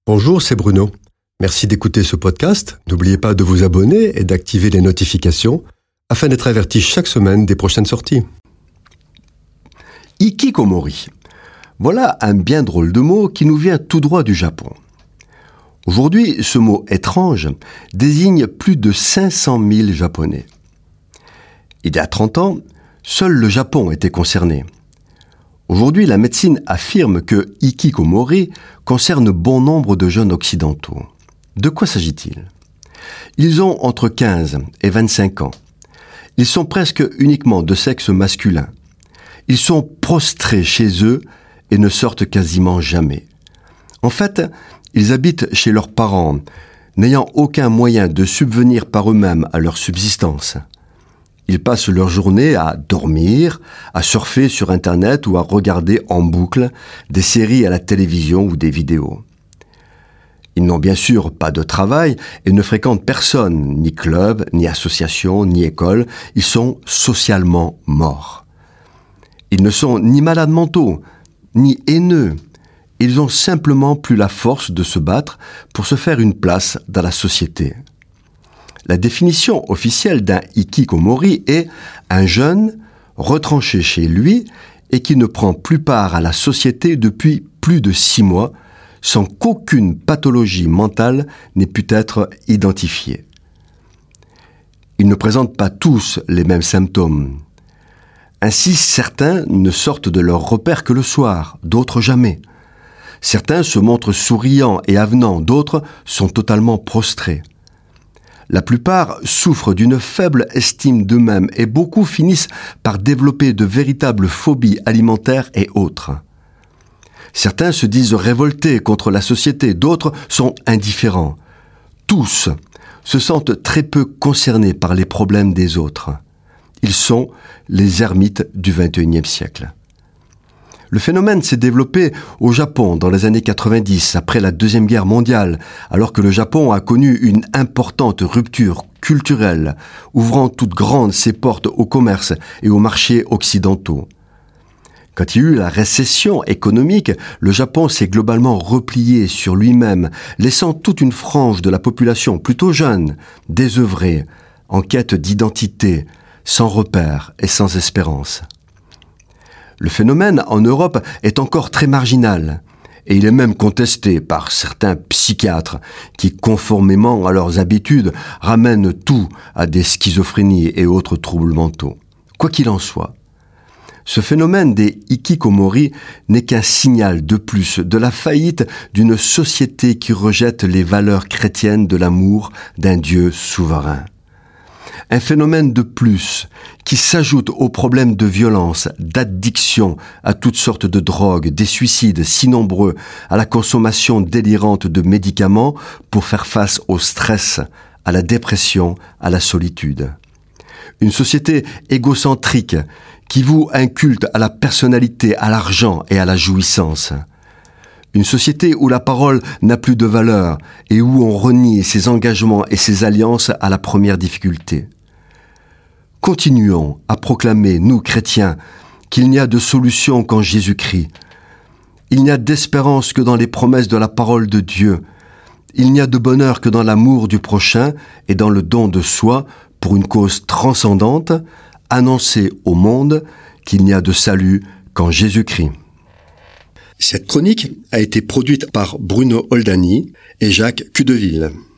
Bonjour, c'est Bruno. Merci d'écouter ce podcast. N'oubliez pas de vous abonner et d'activer les notifications afin d'être averti chaque semaine des prochaines sorties. Hikikomori. Voilà un bien drôle de mot qui nous vient tout droit du Japon. Aujourd'hui, ce mot étrange désigne plus de 500 000 Japonais. Il y a 30 ans, seul le Japon était concerné. Aujourd'hui, la médecine affirme que hikikomori concerne bon nombre de jeunes occidentaux. De quoi s'agit-il ? Ils ont entre 15 et 25 ans. Ils sont presque uniquement de sexe masculin. Ils sont prostrés chez eux et ne sortent quasiment jamais. En fait, ils habitent chez leurs parents, n'ayant aucun moyen de subvenir par eux-mêmes à leur subsistance. Ils passent leur journée à dormir, à surfer sur Internet ou à regarder en boucle des séries à la télévision ou des vidéos. Ils n'ont bien sûr pas de travail et ne fréquentent personne, ni club, ni association, ni école. Ils sont socialement morts. Ils ne sont ni malades mentaux, ni haineux. Ils ont simplement plus la force de se battre pour se faire une place dans la société. La définition officielle d'un hikikomori est un jeune retranché chez lui et qui ne prend plus part à la société depuis plus de 6 mois sans qu'aucune pathologie mentale n'ait pu être identifiée. Ils ne présentent pas tous les mêmes symptômes. Ainsi, certains ne sortent de leur repère que le soir, d'autres jamais. Certains se montrent souriants et avenants, d'autres sont totalement prostrés. La plupart souffrent d'une faible estime d'eux-mêmes et beaucoup finissent par développer de véritables phobies alimentaires et autres. Certains se disent révoltés contre la société, d'autres sont indifférents. Tous se sentent très peu concernés par les problèmes des autres. Ils sont les ermites du XXIe siècle. Le phénomène s'est développé au Japon dans les années 90, après la Deuxième Guerre mondiale, alors que le Japon a connu une importante rupture culturelle, ouvrant toutes grandes ses portes au commerce et aux marchés occidentaux. Quand il y a eu la récession économique, le Japon s'est globalement replié sur lui-même, laissant toute une frange de la population plutôt jeune, désœuvrée, en quête d'identité, sans repère et sans espérance. Le phénomène en Europe est encore très marginal et il est même contesté par certains psychiatres qui, conformément à leurs habitudes, ramènent tout à des schizophrénies et autres troubles mentaux. Quoi qu'il en soit, ce phénomène des hikikomori n'est qu'un signal de plus de la faillite d'une société qui rejette les valeurs chrétiennes de l'amour d'un Dieu souverain. Un phénomène de plus qui s'ajoute aux problèmes de violence, d'addiction à toutes sortes de drogues, des suicides si nombreux, à la consommation délirante de médicaments pour faire face au stress, à la dépression, à la solitude. Une société égocentrique qui voue un culte à la personnalité, à l'argent et à la jouissance. Une société où la parole n'a plus de valeur et où on renie ses engagements et ses alliances à la première difficulté. Continuons à proclamer, nous chrétiens, qu'il n'y a de solution qu'en Jésus-Christ. Il n'y a d'espérance que dans les promesses de la parole de Dieu. Il n'y a de bonheur que dans l'amour du prochain et dans le don de soi pour une cause transcendante, annoncer au monde qu'il n'y a de salut qu'en Jésus-Christ. Cette chronique a été produite par Bruno Oldani et Jacques Cudeville.